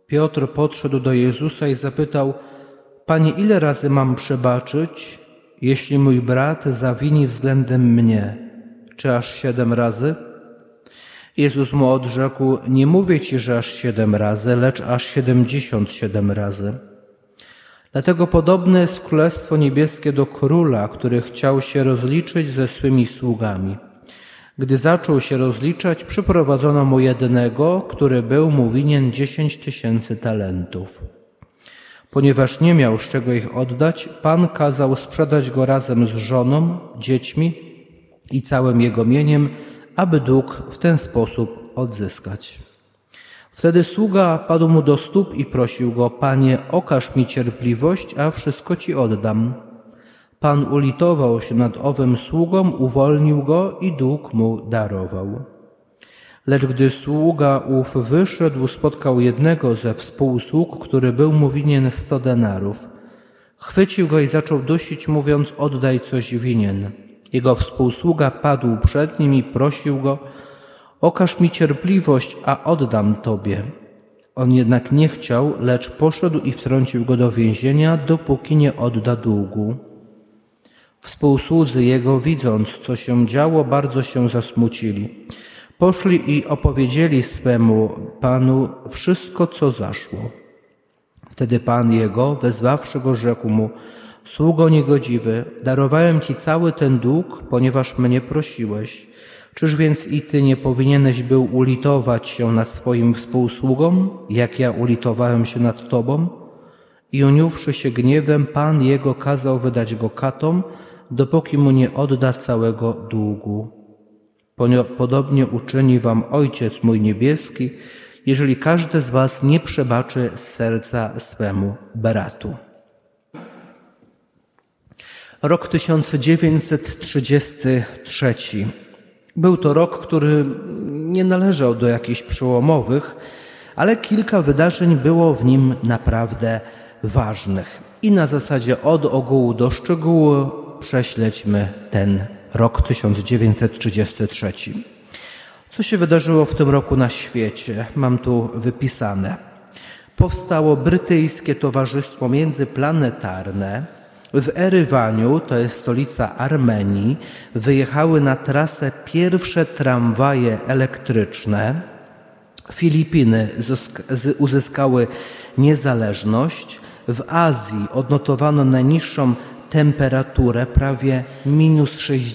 Piotr podszedł do Jezusa i zapytał: Panie, ile razy mam przebaczyć, jeśli mój brat zawini względem mnie? Czy aż 7 razy? Jezus mu odrzekł: Nie mówię ci, że aż 7 razy, lecz aż 77 razy. Dlatego podobne jest Królestwo Niebieskie do króla, który chciał się rozliczyć ze swymi sługami. Gdy zaczął się rozliczać, przyprowadzono mu jednego, który był mu winien 10 000 talentów. Ponieważ nie miał z czego ich oddać, Pan kazał sprzedać go razem z żoną, dziećmi i całym jego mieniem, aby dług w ten sposób odzyskać. Wtedy sługa padł mu do stóp i prosił go: Panie, okaż mi cierpliwość, a wszystko ci oddam. Pan ulitował się nad owym sługą, uwolnił go i dług mu darował. Lecz gdy sługa ów wyszedł, spotkał jednego ze współsług, który był mu winien 100 denarów. Chwycił go i zaczął dusić, mówiąc: Oddaj coś winien. Jego współsługa padł przed nim i prosił go: Okaż mi cierpliwość, a oddam tobie. On jednak nie chciał, lecz poszedł i wtrącił go do więzienia, dopóki nie odda długu. Współsłudzy jego, widząc, co się działo, bardzo się zasmucili. Poszli i opowiedzieli swemu panu wszystko, co zaszło. Wtedy pan jego, wezwawszy go, rzekł mu: Sługo niegodziwy, darowałem ci cały ten dług, ponieważ mnie prosiłeś. Czyż więc i ty nie powinieneś był ulitować się nad swoim współsługą, jak ja ulitowałem się nad tobą? I uniówszy się gniewem, pan jego kazał wydać go katom, dopóki mu nie odda całego długu. Podobnie uczyni wam Ojciec mój niebieski, jeżeli każdy z was nie przebaczy z serca swemu bratu. Rok 1933. Był to rok, który nie należał do jakichś przełomowych, ale kilka wydarzeń było w nim naprawdę ważnych. I na zasadzie od ogółu do szczegółu prześledźmy ten rok 1933. Co się wydarzyło w tym roku na świecie? Mam tu wypisane. Powstało Brytyjskie Towarzystwo Międzyplanetarne. W Erywaniu, to jest stolica Armenii, wyjechały na trasę pierwsze tramwaje elektryczne. Filipiny uzyskały niezależność. W Azji odnotowano najniższą temperaturę, prawie minus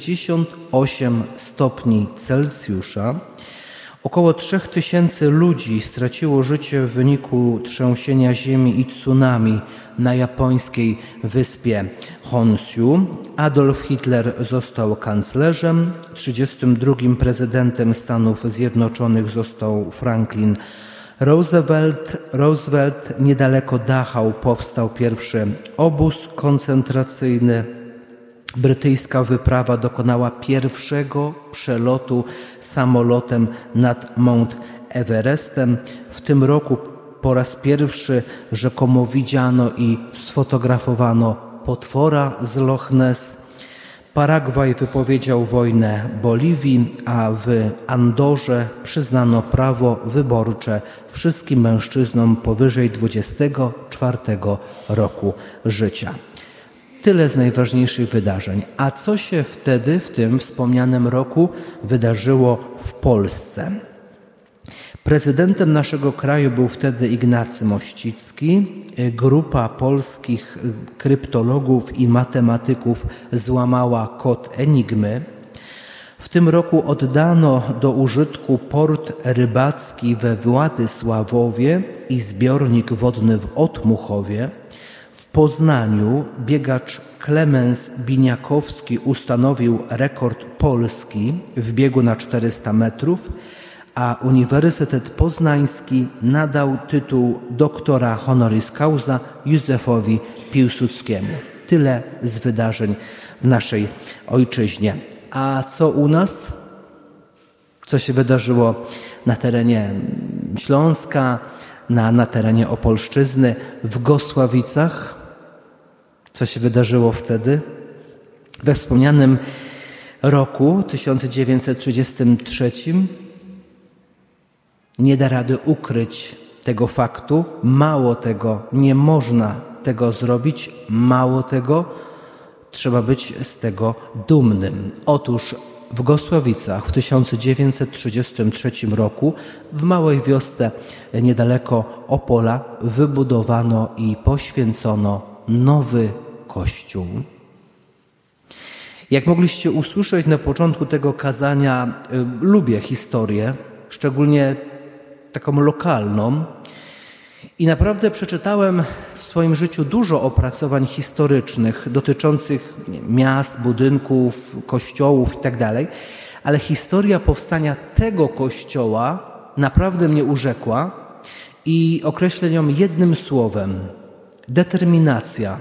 68 stopni Celsjusza. Około 3000 ludzi straciło życie w wyniku trzęsienia ziemi i tsunami na japońskiej wyspie Honshu. Adolf Hitler został kanclerzem. 32. prezydentem Stanów Zjednoczonych został Franklin Roosevelt. Niedaleko Dachau powstał pierwszy obóz koncentracyjny. Brytyjska wyprawa dokonała pierwszego przelotu samolotem nad Mount Everestem. W tym roku po raz pierwszy rzekomo widziano i sfotografowano potwora z Loch Ness. Paragwaj wypowiedział wojnę Boliwii, a w Andorze przyznano prawo wyborcze wszystkim mężczyznom powyżej 24 roku życia. Tyle z najważniejszych wydarzeń. A co się wtedy, w tym wspomnianym roku, wydarzyło w Polsce? Prezydentem naszego kraju był wtedy Ignacy Mościcki. Grupa polskich kryptologów i matematyków złamała kod Enigmy. W tym roku oddano do użytku port rybacki we Władysławowie i zbiornik wodny w Otmuchowie. W Poznaniu biegacz Klemens Biniakowski ustanowił rekord Polski w biegu na 400 metrów, a Uniwersytet Poznański nadał tytuł doktora honoris causa Józefowi Piłsudskiemu. Tyle z wydarzeń w naszej ojczyźnie. A co u nas? Co się wydarzyło na terenie Śląska, na terenie Opolszczyzny, w Gosławicach? Co się wydarzyło wtedy? We wspomnianym roku 1933 nie da rady ukryć tego faktu. Mało tego, nie można tego zrobić. Mało tego, trzeba być z tego dumnym. Otóż w Gosłowicach w 1933 roku w małej wiosce niedaleko Opola wybudowano i poświęcono nowy kościół. Jak mogliście usłyszeć na początku tego kazania, lubię historię, szczególnie taką lokalną. I naprawdę przeczytałem w swoim życiu dużo opracowań historycznych dotyczących miast, budynków, kościołów itd., ale historia powstania tego kościoła naprawdę mnie urzekła i określę ją jednym słowem: determinacja.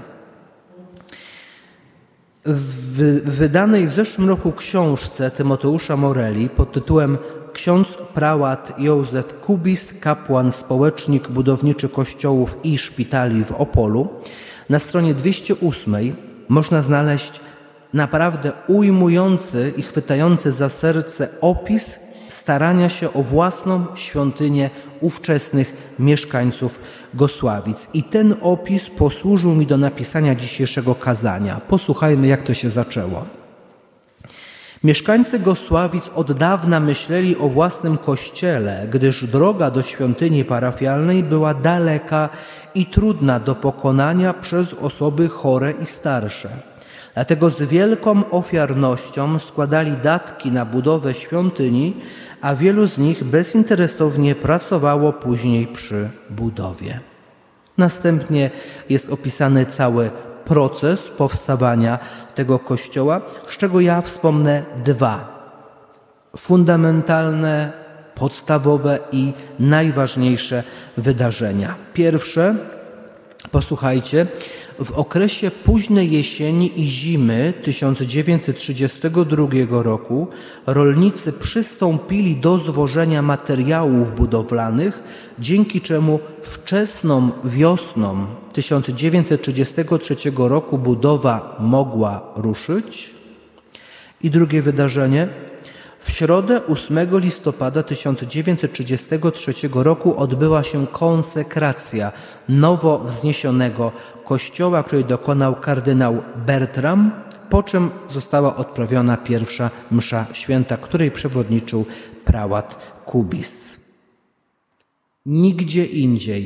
W wydanej w zeszłym roku książce Tymoteusza Moreli pod tytułem Ksiądz prałat Józef Kubis, kapłan, społecznik, budowniczy kościołów i szpitali w Opolu, na stronie 208 można znaleźć naprawdę ujmujący i chwytający za serce opis starania się o własną świątynię ówczesnych mieszkańców Gosławic. I ten opis posłużył mi do napisania dzisiejszego kazania. Posłuchajmy, jak to się zaczęło. Mieszkańcy Gosławic od dawna myśleli o własnym kościele, gdyż droga do świątyni parafialnej była daleka i trudna do pokonania przez osoby chore i starsze. Dlatego z wielką ofiarnością składali datki na budowę świątyni, a wielu z nich bezinteresownie pracowało później przy budowie. Następnie jest opisany cały proces powstawania tego kościoła, z czego ja wspomnę dwa fundamentalne, podstawowe i najważniejsze wydarzenia. Pierwsze, posłuchajcie, w okresie późnej jesieni i zimy 1932 roku rolnicy przystąpili do zwożenia materiałów budowlanych, dzięki czemu wczesną wiosną 1933 roku budowa mogła ruszyć. I drugie wydarzenie. W środę 8 listopada 1933 roku odbyła się konsekracja nowo wzniesionego kościoła, której dokonał kardynał Bertram, po czym została odprawiona pierwsza msza święta, której przewodniczył prałat Kubis. Nigdzie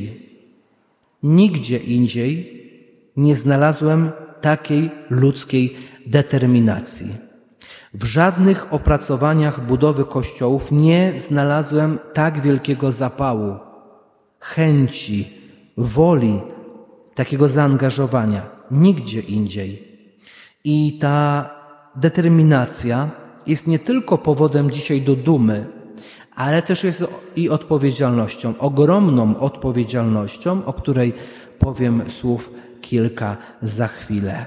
indziej nie znalazłem takiej ludzkiej determinacji. W żadnych opracowaniach budowy kościołów nie znalazłem tak wielkiego zapału, chęci, woli, takiego zaangażowania. Nigdzie indziej. I ta determinacja jest nie tylko powodem dzisiaj do dumy, ale też jest i odpowiedzialnością, ogromną odpowiedzialnością, o której powiem słów kilka za chwilę.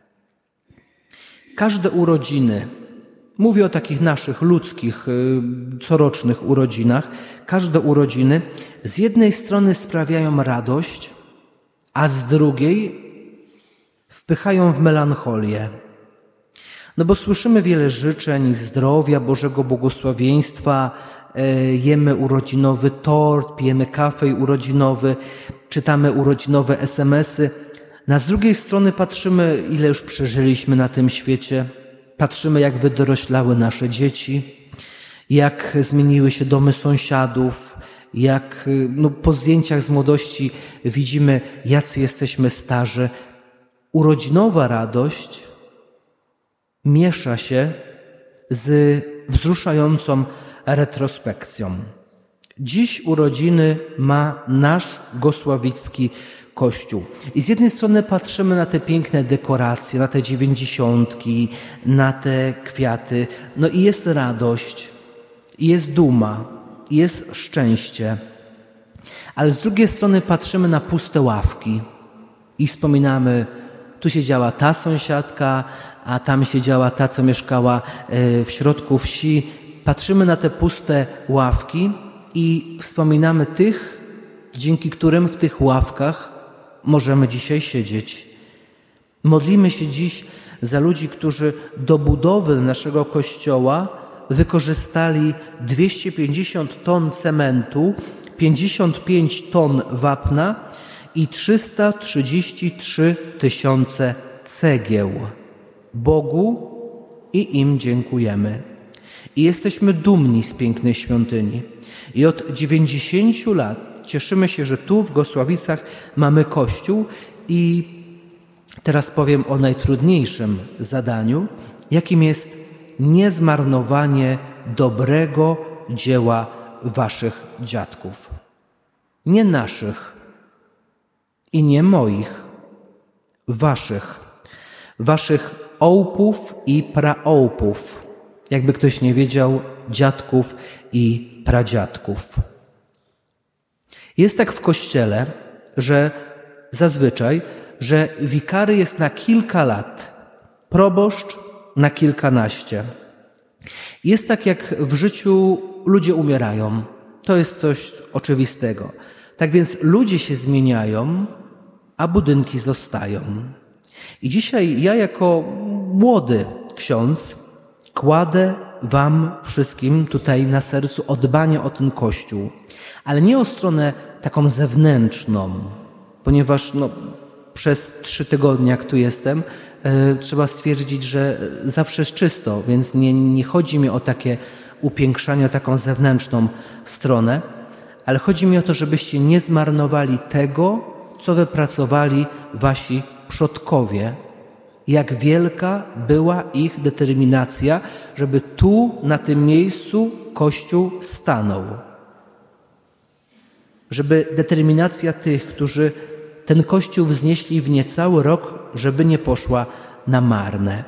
Każde urodziny, mówię o takich naszych ludzkich, corocznych urodzinach, każde urodziny z jednej strony sprawiają radość, a z drugiej wpychają w melancholię. No bo słyszymy wiele życzeń, zdrowia, Bożego błogosławieństwa, jemy urodzinowy tort, pijemy kafej urodzinowy, czytamy urodzinowe SMS-y. A z drugiej strony patrzymy, ile już przeżyliśmy na tym świecie, patrzymy, jak wydoroślały nasze dzieci, jak zmieniły się domy sąsiadów, jak po zdjęciach z młodości widzimy, jacy jesteśmy starzy. Urodzinowa radość miesza się z wzruszającą retrospekcją. Dziś urodziny ma nasz gosławicki Kościół. I z jednej strony patrzymy na te piękne dekoracje, na te 90, na te kwiaty, no i jest radość, i jest duma, i jest szczęście. Ale z drugiej strony patrzymy na puste ławki i wspominamy, tu siedziała ta sąsiadka, a tam siedziała ta, co mieszkała w środku wsi. Patrzymy na te puste ławki i wspominamy tych, dzięki którym w tych ławkach możemy dzisiaj siedzieć. Modlimy się dziś za ludzi, którzy do budowy naszego kościoła wykorzystali 250 ton cementu, 55 ton wapna i 333 000 cegieł. Bogu i im dziękujemy. I jesteśmy dumni z pięknej świątyni. I od 90 lat cieszymy się, że tu w Gosławicach mamy kościół i teraz powiem o najtrudniejszym zadaniu, jakim jest niezmarnowanie dobrego dzieła waszych dziadków. Nie naszych i nie moich, waszych ołpów i praołpów, jakby ktoś nie wiedział, dziadków i pradziadków. Jest tak w Kościele, że zazwyczaj, że wikary jest na kilka lat, proboszcz na kilkanaście. Jest tak, jak w życiu ludzie umierają. To jest coś oczywistego. Tak więc ludzie się zmieniają, a budynki zostają. I dzisiaj ja jako młody ksiądz kładę wam wszystkim tutaj na sercu o dbanie o ten Kościół. Ale nie o stronę taką zewnętrzną, ponieważ przez 3 tygodnie, jak tu jestem, trzeba stwierdzić, że zawsze jest czysto, więc nie chodzi mi o takie upiększanie, o taką zewnętrzną stronę, ale chodzi mi o to, żebyście nie zmarnowali tego, co wypracowali wasi przodkowie, jak wielka była ich determinacja, żeby tu, na tym miejscu, Kościół stanął. Żeby determinacja tych, którzy ten Kościół wznieśli w niecały rok, żeby nie poszła na marne.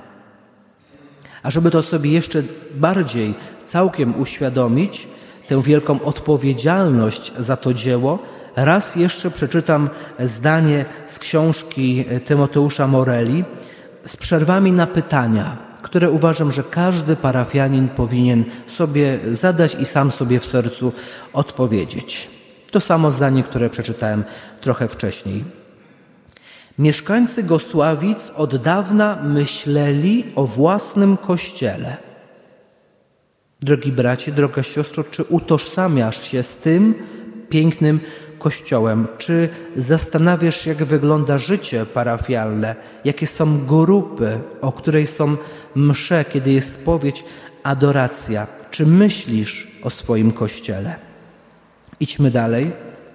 A żeby to sobie jeszcze bardziej całkiem uświadomić, tę wielką odpowiedzialność za to dzieło, raz jeszcze przeczytam zdanie z książki Tymoteusza Morelli z przerwami na pytania, które uważam, że każdy parafianin powinien sobie zadać i sam sobie w sercu odpowiedzieć. To samo zdanie, które przeczytałem trochę wcześniej. Mieszkańcy Gosławic od dawna myśleli o własnym kościele. Drogi bracie, droga siostro, czy utożsamiasz się z tym pięknym kościołem? Czy zastanawiasz się, jak wygląda życie parafialne? Jakie są grupy, o której są msze, kiedy jest spowiedź, adoracja? Czy myślisz o swoim kościele? Idźmy dalej.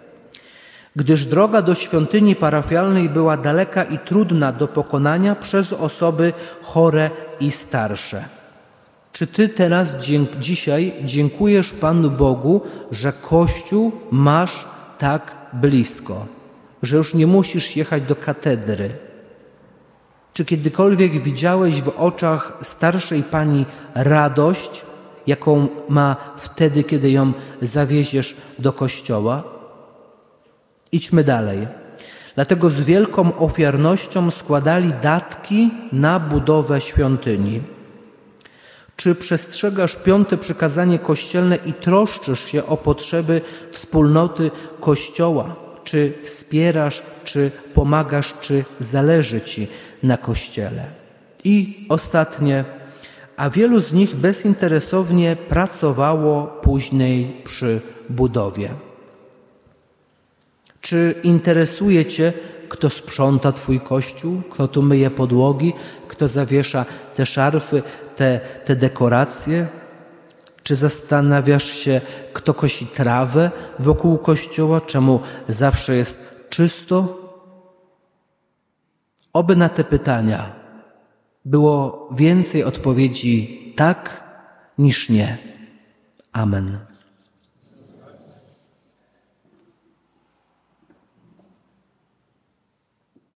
Gdyż droga do świątyni parafialnej była daleka i trudna do pokonania przez osoby chore i starsze. Czy ty teraz dzisiaj dziękujesz Panu Bogu, że Kościół masz tak blisko, że już nie musisz jechać do katedry? Czy kiedykolwiek widziałeś w oczach starszej pani radość, jaką ma wtedy, kiedy ją zawieziesz do kościoła? Idźmy dalej. Dlatego z wielką ofiarnością składali datki na budowę świątyni. Czy przestrzegasz 5. przykazanie kościelne i troszczysz się o potrzeby wspólnoty Kościoła? Czy wspierasz, czy pomagasz, czy zależy ci na Kościele? I ostatnie, a wielu z nich bezinteresownie pracowało później przy budowie. Czy interesuje cię, kto sprząta twój kościół, kto tu myje podłogi, kto zawiesza te szarfy, te dekoracje? Czy zastanawiasz się, kto kosi trawę wokół kościoła, czemu zawsze jest czysto? Oby na te pytania było więcej odpowiedzi tak niż nie. Amen.